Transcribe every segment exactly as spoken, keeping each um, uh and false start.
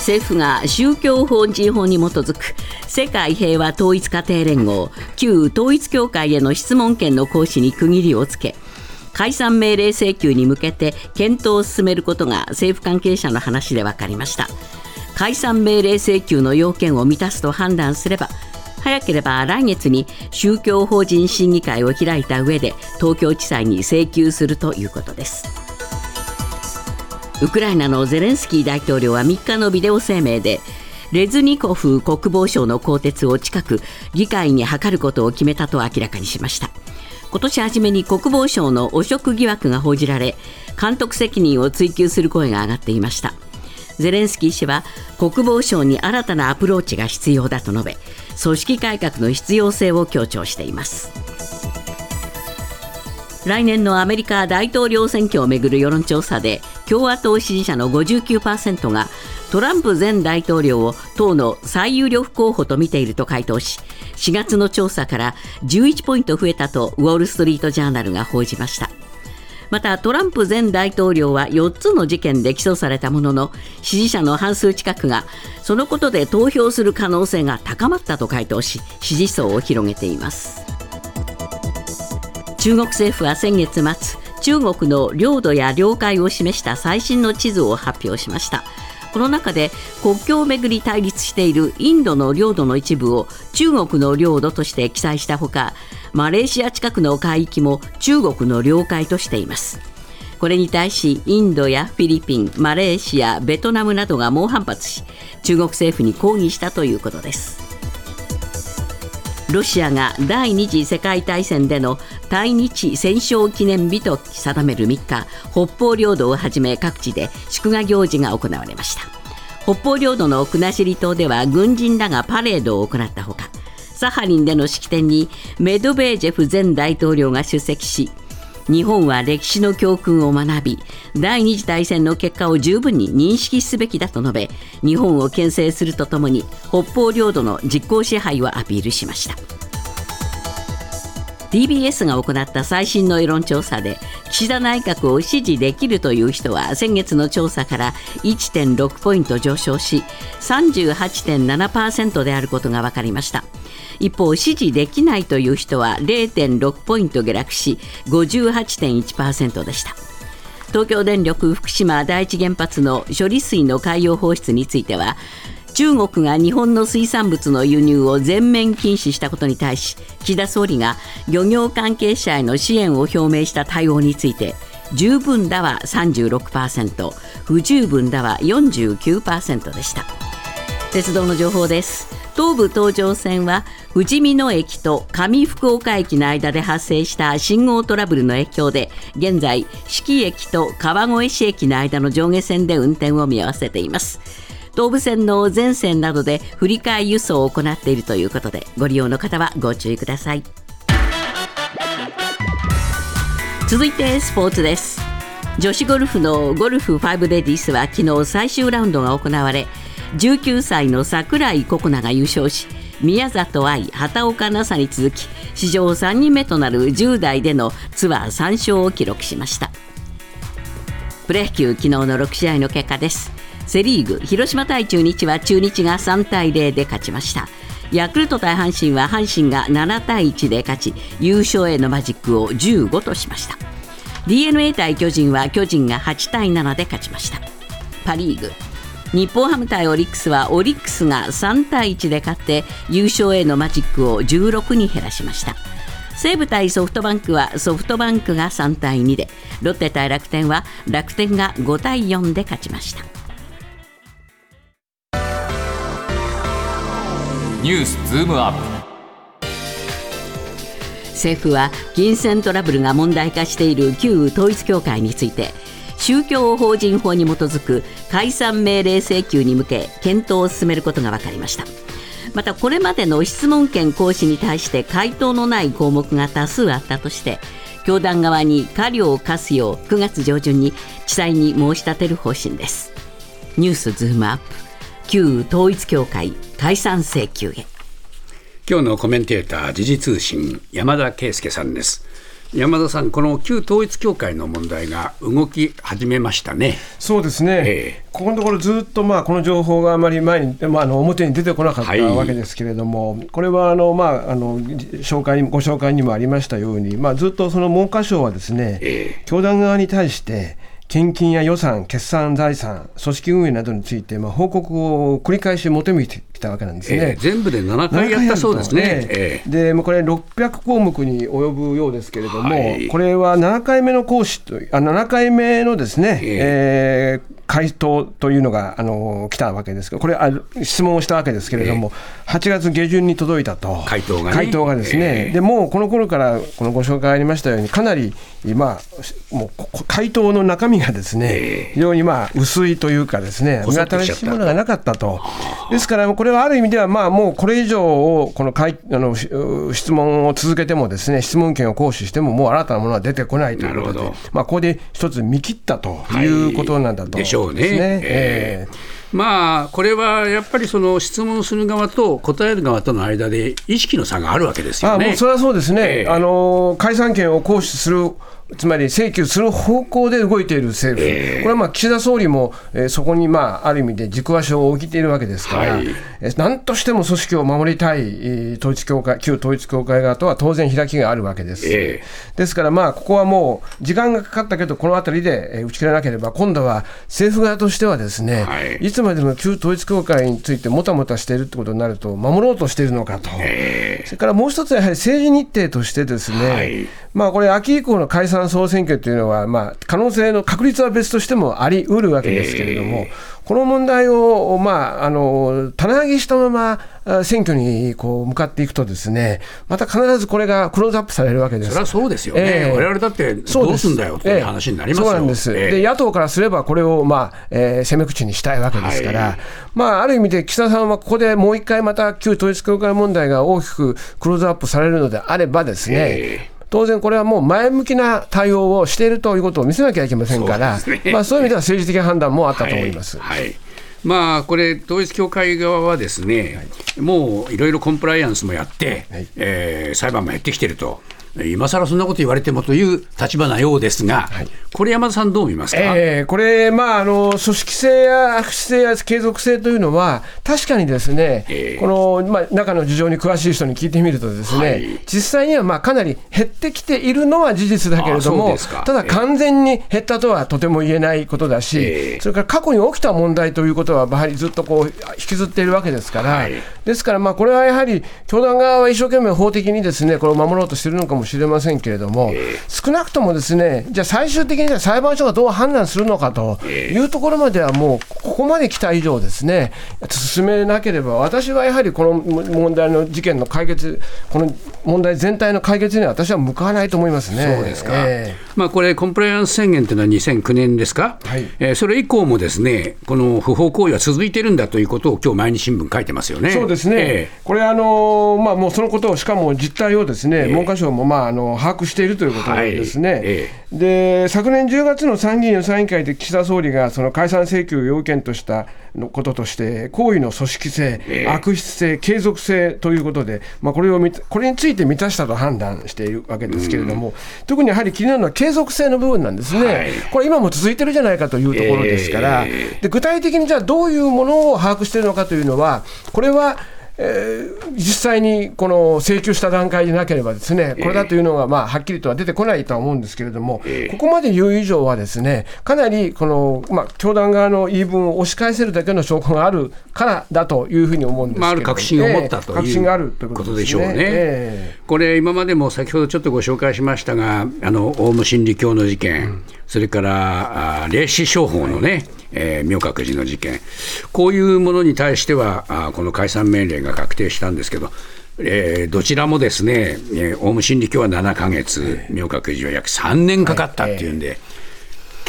政府が宗教法人法に基づく世界平和統一家庭連合旧統一教会への質問権の行使に区切りをつけ、解散命令請求に向けて検討を進めることが政府関係者の話で分かりました。解散命令請求の要件を満たすと判断すれば、早ければ来月に宗教法人審議会を開いた上で東京地裁に請求するということです。ウクライナのゼレンスキー大統領はみっかのビデオ声明で、レズニコフ国防相の更迭を近く議会に諮ることを決めたと明らかにしました。今年初めに国防省の汚職疑惑が報じられ、監督責任を追及する声が上がっていました。ゼレンスキー氏は国防省に新たなアプローチが必要だと述べ、組織改革の必要性を強調しています。来年のアメリカ大統領選挙をめぐる世論調査で、共和党支持者の ごじゅうきゅうパーセント がトランプ前大統領を党の最有力候補と見ていると回答し、しがつの調査からじゅういちポイント増えたとウォールストリートジャーナルが報じました。またトランプ前大統領はよっつの事件で起訴されたものの、支持者の半数近くがそのことで投票する可能性が高まったと回答し、支持層を広げています。中国政府は先月末、中国の領土や領海を示した最新の地図を発表しました。この中で国境をめぐり対立しているインドの領土の一部を中国の領土として記載したほか、マレーシア近くの海域も中国の領海としています。これに対しインドやフィリピン、マレーシア、ベトナムなどが猛反発し、中国政府に抗議したということです。ロシアが第二次世界大戦での対日戦勝記念日と定めるみっか、北方領土をはじめ各地で祝賀行事が行われました。北方領土の国後島では軍人らがパレードを行ったほか、サハリンでの式典にメドベージェフ前大統領が出席し、日本は歴史の教訓を学び、第二次大戦の結果を十分に認識すべきだと述べ、日本を牽制するとともに北方領土の実効支配をアピールしました。ティービーエス が行った最新の世論調査で、岸田内閣を支持できるという人は先月の調査から いってんろく ポイント上昇し さんじゅうはちてんななパーセント であることが分かりました。一方、支持できないという人は れいてんろく ポイント下落し ごじゅうはちてんいちパーセント でした。東京電力福島第一原発の処理水の海洋放出については、中国が日本の水産物の輸入を全面禁止したことに対し、岸田総理が漁業関係者への支援を表明した対応について、十分だは さんじゅうろくパーセント、不十分だは よんじゅうきゅうパーセント でした。鉄道の情報です。東武東上線は富士見野駅と上福岡駅の間で発生した信号トラブルの影響で、現在志木駅と川越市駅の間の上下線で運転を見合わせています。東武線の全線などで振り替え輸送を行っているということで、ご利用の方はご注意ください。続いてスポーツです。女子ゴルフのゴルフファイブレディースは昨日最終ラウンドが行われ、じゅうきゅうさいの櫻井心那が優勝し、宮里藍、畑岡奈紗に続き史上さんにんめとなるじゅう代でのツアーさん勝を記録しました。プロ野球、昨日のろく試合の結果です。セリーグ、広島対中日は中日がさんたいゼロで勝ちました。ヤクルト対阪神は阪神がななたいいちで勝ち、優勝へのマジックをじゅうごとしました。 ディーエヌエー 対巨人は巨人がはちたいななで勝ちました。パリーグ、日本ハム対オリックスはオリックスがさんたいいちで勝って優勝へのマジックをじゅうろくに減らしました。西武対ソフトバンクはソフトバンクがさんたいにで、ロッテ対楽天は楽天がごたいよんで勝ちました。 ニュースズームアップ。 政府は金銭トラブルが問題化している旧統一教会について、宗教法人法に基づく解散命令請求に向け検討を進めることが分かりました。また、これまでの質問権行使に対して回答のない項目が多数あったとして、教団側に過料を課すようくがつ上旬に地裁に申し立てる方針です。ニュースズームアップ、旧統一教会解散請求へ。 今日のコメンテーター、時事通信山田圭介さんです。 山田さん、この旧統一教会の問題が動き始めましたね。 そうですね、えー、ここのところずっとまあこの情報があまり前に、まあ、あの表に出てこなかったわけですけれども、はい、これはあの、まあ、あの紹介にご紹介にもありましたように、まあ、ずっとその文科省はですね、えー、教団側に対して献金や予算、決算財産、組織運営などについて、まあ、報告を繰り返し求めてきたわけなんですね、 えー、全部でななかいやったそうですね、 えー、でこれろっぴゃくこうむくに及ぶようですけれども、はい、これはななかいめの講師とあななかいめのですね、えーえー回答というのがあの来たわけですけど、これあ質問をしたわけですけれども、えー、はちがつげじゅんに届いたと、 回答がね、 回答がですね、えー、でもうこの頃からこのご紹介ありましたように、かなり、まあ、もう回答の中身がですね、えー、非常にまあ薄いというかですね、目新しいものがなかったと。ですからこれはある意味では、まあもうこれ以上をこの回あの質問を続けてもですね、質問権を行使してももう新たなものは出てこないということで、まあ、ここで一つ見切ったということなんだと、 はい、でしょうね。えー、まあこれはやっぱりその質問する側と答える側との間で意識の差があるわけですよね。 あもうそれはそうですね、えー、あの解散権を行使する、つまり請求する方向で動いている政府、えー、これはまあ岸田総理も、えー、そこにまあある意味で軸足を置いているわけですから、はい、えー、何としても組織を守りたい、えー、統一教会旧統一教会側とは当然開きがあるわけです、えー、ですからまあここはもう時間がかかったけどこのあたりで、えー、打ち切らなければ、今度は政府側としてはですね、はい、いつまでも旧統一教会についてもたもたしているということになると守ろうとしているのかと、えー、それからもう一つはやはり政治日程としてですね、はい、まあこれ秋以降の解散総選挙というのは、まあ、可能性の確率は別としてもあり得るわけですけれども、えー、この問題を、まあ、あの棚上げしたまま選挙にこう向かっていくとですね、また必ずこれがクローズアップされるわけです。 それはそうですよね、えー、我々だってどうすんだよという話になりますよ。 そうなんです、えー、で野党からすればこれを、まあえー、攻め口にしたいわけですから、はい、まあ、ある意味で岸田さんはここでもう一回また旧統一教会問題が大きくクローズアップされるのであればですね、えー当然これはもう前向きな対応をしているということを見せなきゃいけませんから、 そうですね、まあ、そういう意味では政治的判断もあったと思います、 はいはい、まあ、これ統一教会側はですね、はい、もういろいろコンプライアンスもやって、はい、えー、裁判もやってきていると、今更そんなこと言われてもという立場なようですが、はい、これ山田さんどう見ますか。 えー、これ、まあ、あの組織性や悪質性や継続性というのは確かにですね、えー、この、まあ、中の事情に詳しい人に聞いてみるとですね、はい、実際にはまあかなり減ってきているのは事実だけれども、ただ完全に減ったとはとても言えないことだし、えー、それから過去に起きた問題ということはやはりずっとこう引きずっているわけですから、はい、ですからまあこれはやはり教団側は一生懸命法的にですねこれを守ろうとしているのかもしれませんけれども、えー、少なくともですね、じゃあ最終的にじゃ裁判所がどう判断するのかというところまではもうここまで来た以上ですね進めなければ、私はやはりこの問題の事件の解決、この問題全体の解決には私は向かわないと思いますね。 そうですか、えーまあ、これコンプライアンス宣言というのはにせんきゅうねんですか、はい、えー、それ以降もですねこの不法行為は続いているんだということを今日毎日新聞書いてますよね。 そうですね、えー、これあの、まあ、もうそのことをしかも実態をですね、えー、文科省も、まあ、あの把握しているということですね、はい、えー、で昨年じゅうがつの参議院予算委員会で岸田総理がその解散請求を要件としたのこととして行為の組織性、えー、悪質性、継続性ということで、まあ、これをこれについて満たしたと判断しているわけですけれども、うん、特にやはり気になるのは継続性の部分なんですね、はい、これ今も続いてるじゃないかというところですから、えー、で具体的にじゃあどういうものを把握しているのかというのは、これはえー、実際にこの請求した段階でなければですね、これだというのがまあはっきりとは出てこないとは思うんですけれども、ここまで言う以上はですね、かなりこの、まあ、教団側の言い分を押し返せるだけの証拠があるからだというふうに思うんですけれども、まあ、 ある確信を持ったということでしょうね。えー、これ今までも先ほどちょっとご紹介しましたが、あのオウム真理教の事件、うん、それから霊視商法のね、はい、えー、明覚寺の事件、こういうものに対してはあこの解散命令が確定したんですけど、えー、どちらもですね、えー、オウム真理教はななかげつ、明覚寺は約さんねんかかったっていうんで、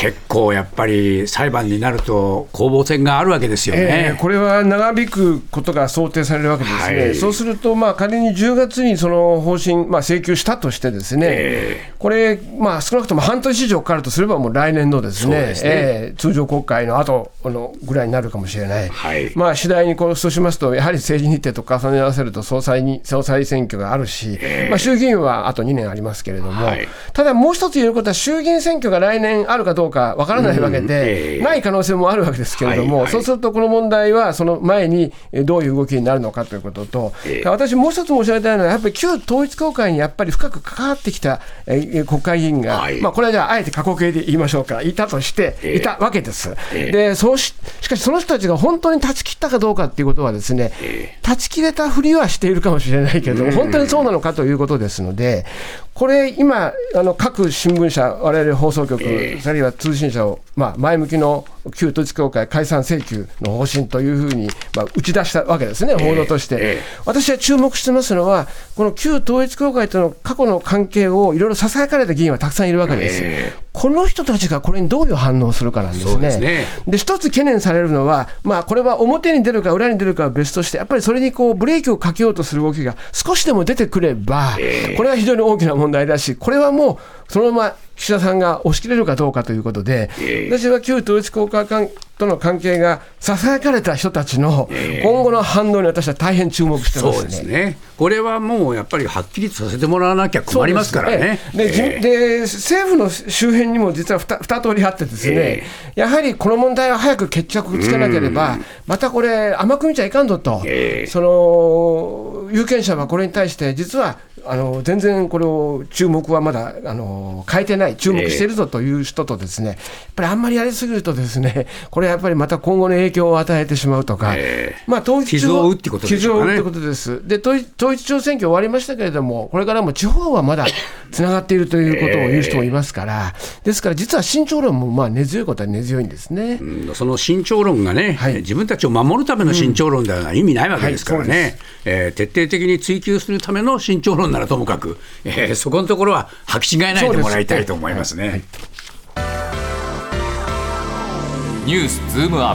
結構やっぱり裁判になると攻防戦があるわけですよね、 えー、これは長引くことが想定されるわけですね、はい、そうすると、まあ、仮にじゅうがつにその方針、まあ、請求したとしてですね、えー、これ、まあ、少なくとも半年以上かかるとすればもう来年のですね、そうですね、えー、通常国会の後のぐらいになるかもしれない、はい、まあ、次第にこうそうしますとやはり政治日程と重ね合わせると総裁に総裁選挙があるし、えーまあ、衆議院はあとにねんありますけれども、はい、ただもう一つ言えることは衆議院選挙が来年あるかどうかわからないわけで、うんえー、ない可能性もあるわけですけれども、はいはい、そうするとこの問題はその前にどういう動きになるのかということと、えー、私もう一つ申し上げたいのはやっぱり旧統一教会にやっぱり深く関わってきた、えー、国会議員が、はい、まあ、これはじゃああえて過去形で言いましょうか、いたとしていたわけです、えー、でそう し, しかしその人たちが本当に断ち切ったかどうかということはですね、えー、断ち切れたふりはしているかもしれないけれども、本当にそうなのかということですので、これ今あの各新聞社、我々放送局、えー、あるいは通信社を、まあ、前向きの旧統一教会解散請求の方針というふうに、まあ、打ち出したわけですね、報道として、えーえー、私は注目してますのはこの旧統一教会との過去の関係をいろいろささやかれた議員はたくさんいるわけです、えー、この人たちがこれにどういう反応をするかなんですね。そうですね。で一つ懸念されるのは、まあ、これは表に出るか裏に出るかは別として、やっぱりそれにこうブレーキをかけようとする動きが少しでも出てくれば、えー、これは非常に大きな問題だし、これはもうそのまま岸田さんが押し切れるかどうかということで、えー、私は旧統一教会との関係がささやかれた人たちの今後の反応に私は大変注目してますね。 そうですね。これはもうやっぱりはっきりとさせてもらわなきゃ困りますからね。 で、えー、で政府の周辺にも実は 2, 2通りあってですね、えー、やはりこの問題は早く決着つけなければまたこれ甘く見ちゃいかんぞと、えー、その有権者はこれに対して実はあの全然これを注目はまだあの変えてない、注目しているぞという人とですね、やっぱりあんまりやりすぎるとですね、これやっぱりまた今後の影響を与えてしまうとか、えーまあ、統一傷を負うってことですかね。傷を負うってことです。で統一、統一地方選挙終わりましたけれども、これからも地方はまだつながっているということを言う人もいますから、えー、ですから実は慎重論もまあ根強いことは根強いんですね、 うん、その慎重論がね、はい、自分たちを守るための慎重論では意味ないわけですからね、うんはい、えー、徹底的に追求するための慎重論ならともかく、えー、そこのところは履き違えないでもらいたいと思いますね。はいはい、 ニュースズームアッ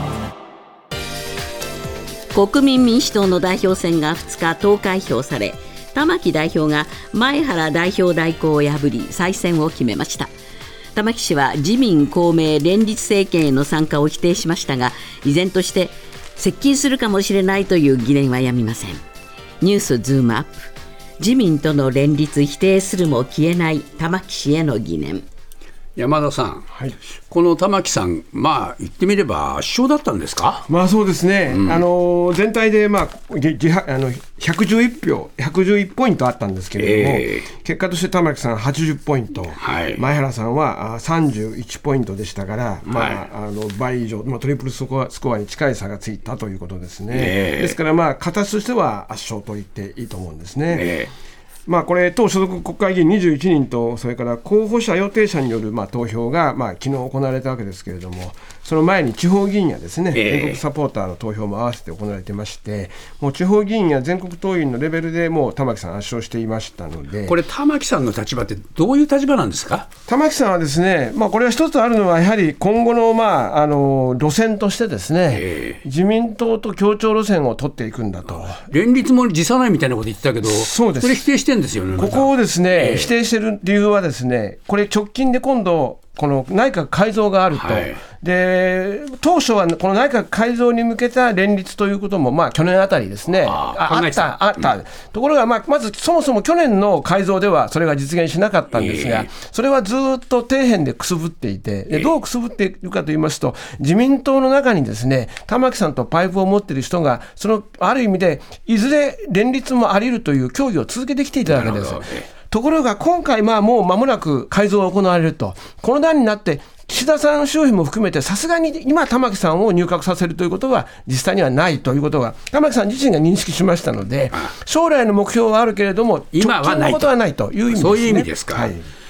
プ。国民民主党の代表選がふつか投開票され、玉木代表が前原代表代行を破り再選を決めました。玉木氏は自民公明連立政権への参加を否定しましたが、依然として接近するかもしれないという疑念はやみません。ニュースズームアップ。自民との連立否定するも消えない玉木氏への疑念。 山田さん、はい、この玉木さん、まあ、言ってみれば圧勝だったんですか。 まあ、そうですね、うん、あの全体で、まあ、あのひゃくじゅういち票、ひゃくじゅういちポイントあったんですけれども、えー、結果として玉木さんはちじゅうポイント、はい、前原さんはさんじゅういちポイントでしたから、まあはい、あの倍以上、まあ、トリプルスコア、スコアに近い差がついたということですね、えー、ですから、まあ、形としては圧勝と言っていいと思うんですね。えーまあ、これ党所属国会議員にじゅういちにんと、それから候補者予定者によるまあ投票がまあ昨日行われたわけですけれども、その前に地方議員やですね、えー、全国サポーターの投票も合わせて行われていまして、もう地方議員や全国党員のレベルでもう玉木さん圧勝していましたので。 これ玉木さんの立場ってどういう立場なんですか。 玉木さんはですね、まあ、これは一つあるのはやはり今後のまああの路線としてですね、えー、自民党と協調路線を取っていくんだと。 連立も辞さないみたいなこと言ってたけど、そうです。それ否定してるんですよね。 ここをですね、えー、否定している理由はですね、これ直近で今度この内閣改造があると、はい、で当初はこの内閣改造に向けた連立ということも、まあ、去年あたりですね、あ, あったあった、うん、ところが、まあ、まずそもそも去年の改造ではそれが実現しなかったんですが、えー、それはずっと底辺でくすぶっていて、でどうくすぶっているかといいますと、自民党の中にですね、玉木さんとパイプを持っている人がそのある意味でいずれ連立もあり得るという協議を続けてきていたわけです。ところが今回、まあもう間もなく改造が行われると、この段になって岸田さん周辺も含めてさすがに今玉木さんを入閣させるということは実際にはないということが玉木さん自身が認識しましたので、将来の目標はあるけれども今はないと、 直近のことはないという意味ですね。 そういう意味ですか。はい、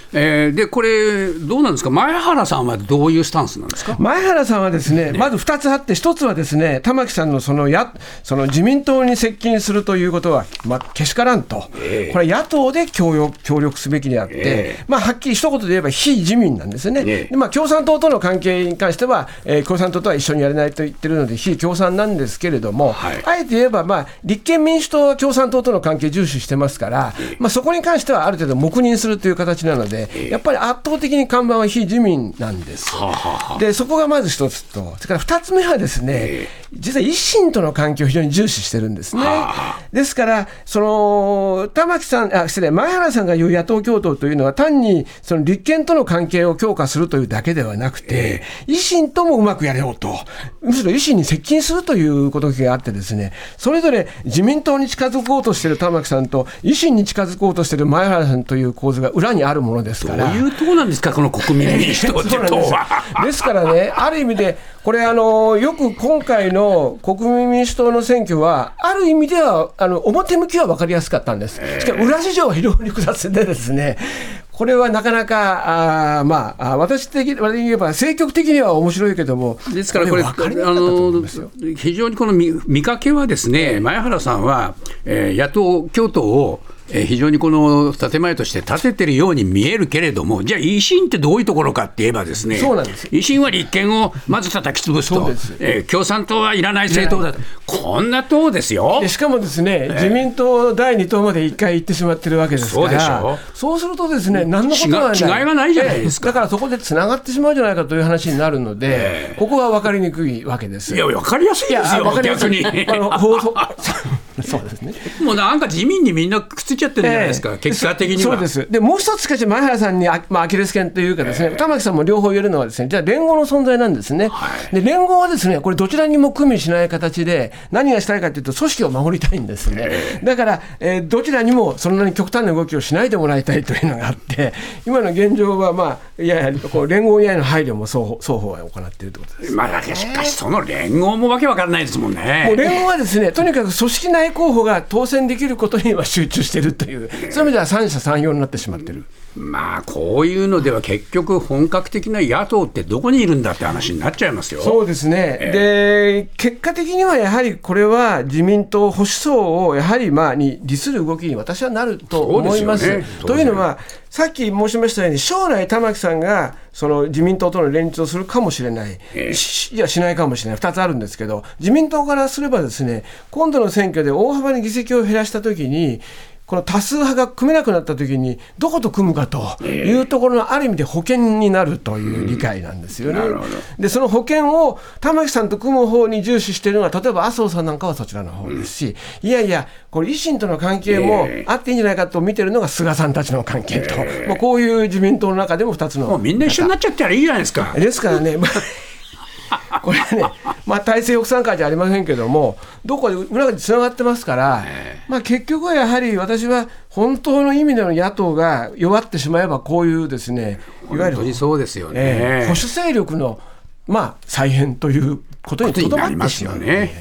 えー、でこれどうなんですか、前原さんはどういうスタンスなんですか。 前原さんはですね、まずふたつあって、ひとつはですね、玉木さんのそのやその自民党に接近するということは、まあ、けしからんと、えー、これは野党で協力、協力すべきであって、えーまあ、はっきり一言で言えば非自民なんですね、えーでまあ、共産党との関係に関しては、えー、共産党とは一緒にやれないと言ってるので非共産なんですけれども、はい、あえて言えば、まあ、立憲民主党は共産党との関係重視してますから、えーまあ、そこに関してはある程度黙認するという形なので、えー、やっぱり圧倒的に看板は非自民なんです。はははでそこがまず一つと、それから二つ目はですね、えー、実は維新との関係を非常に重視してるんですね。ははですからその玉木さんあ失礼前原さんが言う野党共闘というのは単にその立憲との関係を強化するというだけではなくて、維新ともうまくやれようと、むしろ維新に接近するということがあってですね、それぞれ自民党に近づこうとしている玉木さんと維新に近づこうとしている前原さんという構図が裏にあるものですから。 どういう党なんですかこの国民民主党って党は。 ですからね、ある意味でこれあのよく今回の国民民主党の選挙はある意味ではあの表向きは分かりやすかったんです。しかも裏事情は非常に複雑でですね、これはなかなかあ、まあ、私的に言えば政局的には面白いけども、 ですからこれ、これあの非常にこの 見, 見かけはですね、前原さんは、えー、野党共闘をえー、非常にこの建前として立ててるように見えるけれども、じゃあ維新ってどういうところかって言えばですね、 そうなんです。 維新は立憲をまず叩き潰すと、えー、共産党はいらない政党だと、こんな党ですよ。 でしかもですね、えー、自民党だいに党までいっかい行ってしまってるわけですから、そうでしょ。そうするとですね、何のことはない、 違いがないじゃないですか。 だからそこでつながってしまうじゃないかという話になるので、えー、ここは分かりにくいわけです。 いや分かりやすいですよ、逆に。あの放送そうですね。 もうなんか自民にみんなくっついちゃってるんじゃないですか、えー、結果的には。 そうです。でもう一つしかし前原さんにあ、まあ、アキレス腱というかですね、えー、玉木さんも両方言えるのはですね、じゃあ連合の存在なんですね、はい、で連合はですね、これどちらにも組みしない形で何がしたいかというと組織を守りたいんですね、えー、だから、えー、どちらにもそんなに極端な動きをしないでもらいたいというのがあって、今の現状は、まあ、いややこう連合以外の配慮も双方、双方は行っているということです。 まあ、だけしかしその連合もわけわからないですもんね。 もう連合はですね、とにかく組織内候補が当選できることには集中しているという、そういう意味では三者三様になってしまっている。 まあこういうのでは結局本格的な野党ってどこにいるんだって話になっちゃいますよ。 そうですね、えー、で結果的にはやはりこれは自民党保守層をやはりまあに利する動きに私はなると思います。 ね、 というのはさっき申しましたように、将来玉木さんがその自民党との連立をするかもしれない、えー、しいやしないかもしれない、ふたつあるんですけど、自民党からすればですね、今度の選挙で大幅に議席を減らしたときに、この多数派が組めなくなったときにどこと組むかというところのある意味で保険になるという理解なんですよね、うん、でその保険を玉木さんと組む方に重視しているのは、例えば麻生さんなんかはそちらの方ですし、うん、いやいやこれ維新との関係もあっていいんじゃないかと見てるのが菅さんたちの関係と、えー、もうこういう自民党の中でもふたつの、 もうみんな一緒になっちゃったらいいじゃないですか。 ですからねこれね、まあ、体制抑散会じゃありませんけども、どこかで裏でつながってますから、まあ、結局はやはり私は本当の意味での野党が弱ってしまえば、こういうですね、いわゆる本当にそうですよね、 えー、保守勢力の、まあ、再編ということにとどまってしまう、ね、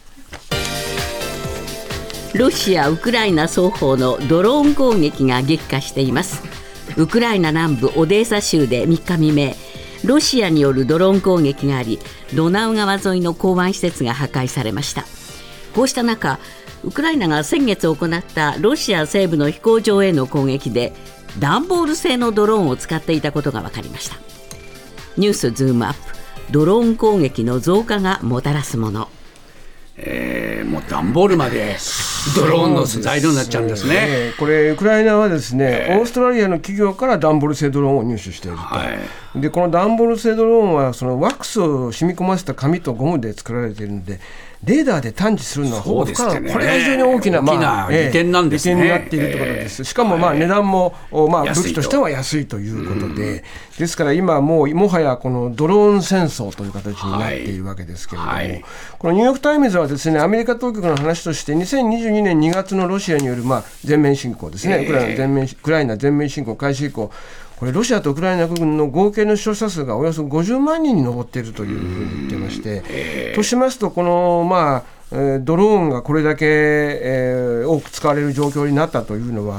ロシア・ウクライナ双方のドローン攻撃が激化しています。ウクライナ南部オデーサ州でみっか未明、ロシアによるドローン攻撃があり、ドナウ川沿いの港湾施設が破壊されました。こうした中、ウクライナが先月行ったロシア西部の飛行場への攻撃で段ボール製のドローンを使っていたことが分かりました。ニュースズームアップ、ドローン攻撃の増加がもたらすもの。 えー、もう段ボールまでドローンの材料になっちゃうんですね。 えー、これウクライナはですね、えー、オーストラリアの企業から段ボール製ドローンを入手していると、はい、でこの段ボール製ドローンはそのワックスを染み込ませた紙とゴムで作られているので、レーダーで探知するのはほぼ不可能、ね、これが非常に大きな、まあ、 大きな利点なんですね。 利点になっているということです。しかもまあ値段も、まあ、武器としては安いということで、ですから今もうもはやこのドローン戦争という形になっているわけですけれども、はいはい、このニューヨークタイムズはですね、アメリカ当局の話としてにせんにじゅうにねんにがつのロシアによるまあ全面侵攻ですね、ウクライナ全面、ウクライナ全面侵攻開始以降、これロシアとウクライナ軍の合計の死傷者数がおよそごじゅうまんにんに上っているというふうに言ってまして、としますとこのまあドローンがこれだけ、えー、多く使われる状況になったというのは、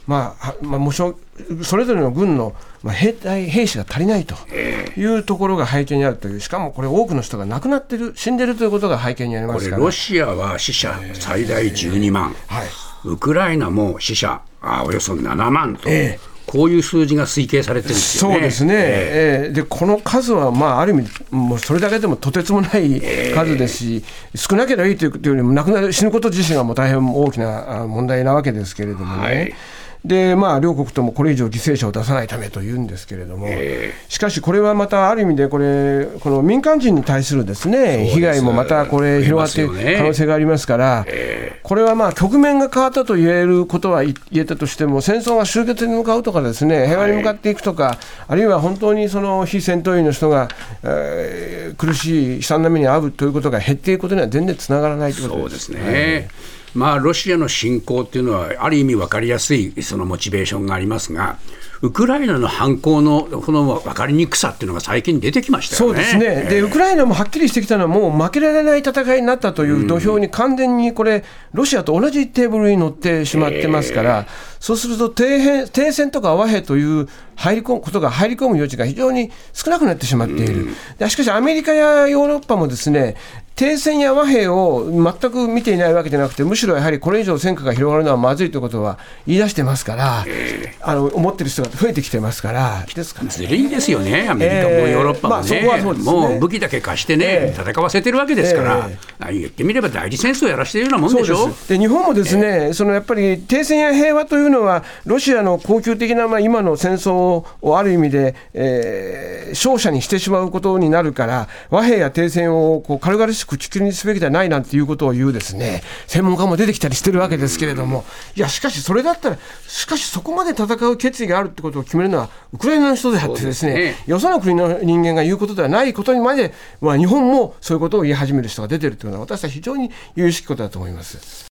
まあまあ、もちろんそれぞれの軍の兵隊兵士が足りないというところが背景にあるという、しかもこれ多くの人が亡くなっている、死んでいるということが背景にありますから。 これロシアは死者最大じゅうにまん、はい、ウクライナも死者あおよそななまんと、えーこういう数字が推計されてるんですよね。 そうですね、えー、でこの数は、まあ、ある意味もうそれだけでもとてつもない数ですし、えー、少なければいいというよりも亡くなる死ぬこと自身がもう大変大きな問題なわけですけれどもね、はい、でまあ、両国ともこれ以上犠牲者を出さないためというんですけれども、えー、しかしこれはまたある意味でこれこの民間人に対するですね被害もまたこれ広がっていく可能性がありますから、えー、これはまあ局面が変わったと言えることは言えたとしても、戦争が終結に向かうとかですね平和に向かっていくとか、はい、あるいは本当にその非戦闘員の人が、えー、苦しい悲惨な目に遭うということが減っていくことには全然つながらないということです。 そうですね、まあ、ロシアの侵攻というのはある意味分かりやすいそのモチベーションがありますが、ウクライナの反攻のこの分かりにくさっていうのが最近出てきましたよね。 そうですね、えー、でウクライナもはっきりしてきたのはもう負けられない戦いになったという土俵に完全にこれロシアと同じテーブルに乗ってしまってますから、えー、そうすると停戦、停戦とか和平という入り込むことが入り込む余地が非常に少なくなってしまっている。でしかしアメリカやヨーロッパもですね停戦や和平を全く見ていないわけじゃなくて、むしろやはりこれ以上戦火が広がるのはまずいということは言い出してますから、えー、あの思ってる人が増えてきてますからですから、ね、 ずるいですよね、アメリカもヨーロッパもね、えーまあそうですね、もう武器だけ貸してね、えー、戦わせてるわけですから、えー、言ってみれば代理戦争やらしてるようなもんでしょ。 そうです。で日本もですね、えー、そのやっぱり停戦や平和というのはロシアの恒久的な、まあ、今の戦争をある意味で、えー、勝者にしてしまうことになるから、和平や停戦をこう軽々しく地球にすべきではないなんていうことを言うですね専門家も出てきたりしてるわけですけれども、いやしかしそれだったら、しかしそこまで戦う決意があるってことを決めるのはウクライナの人であってですね、ですね、よその国の人間が言うことではないことにまで、まあ、日本もそういうことを言い始める人が出てるというのは、私は非常に由々しきことだと思います。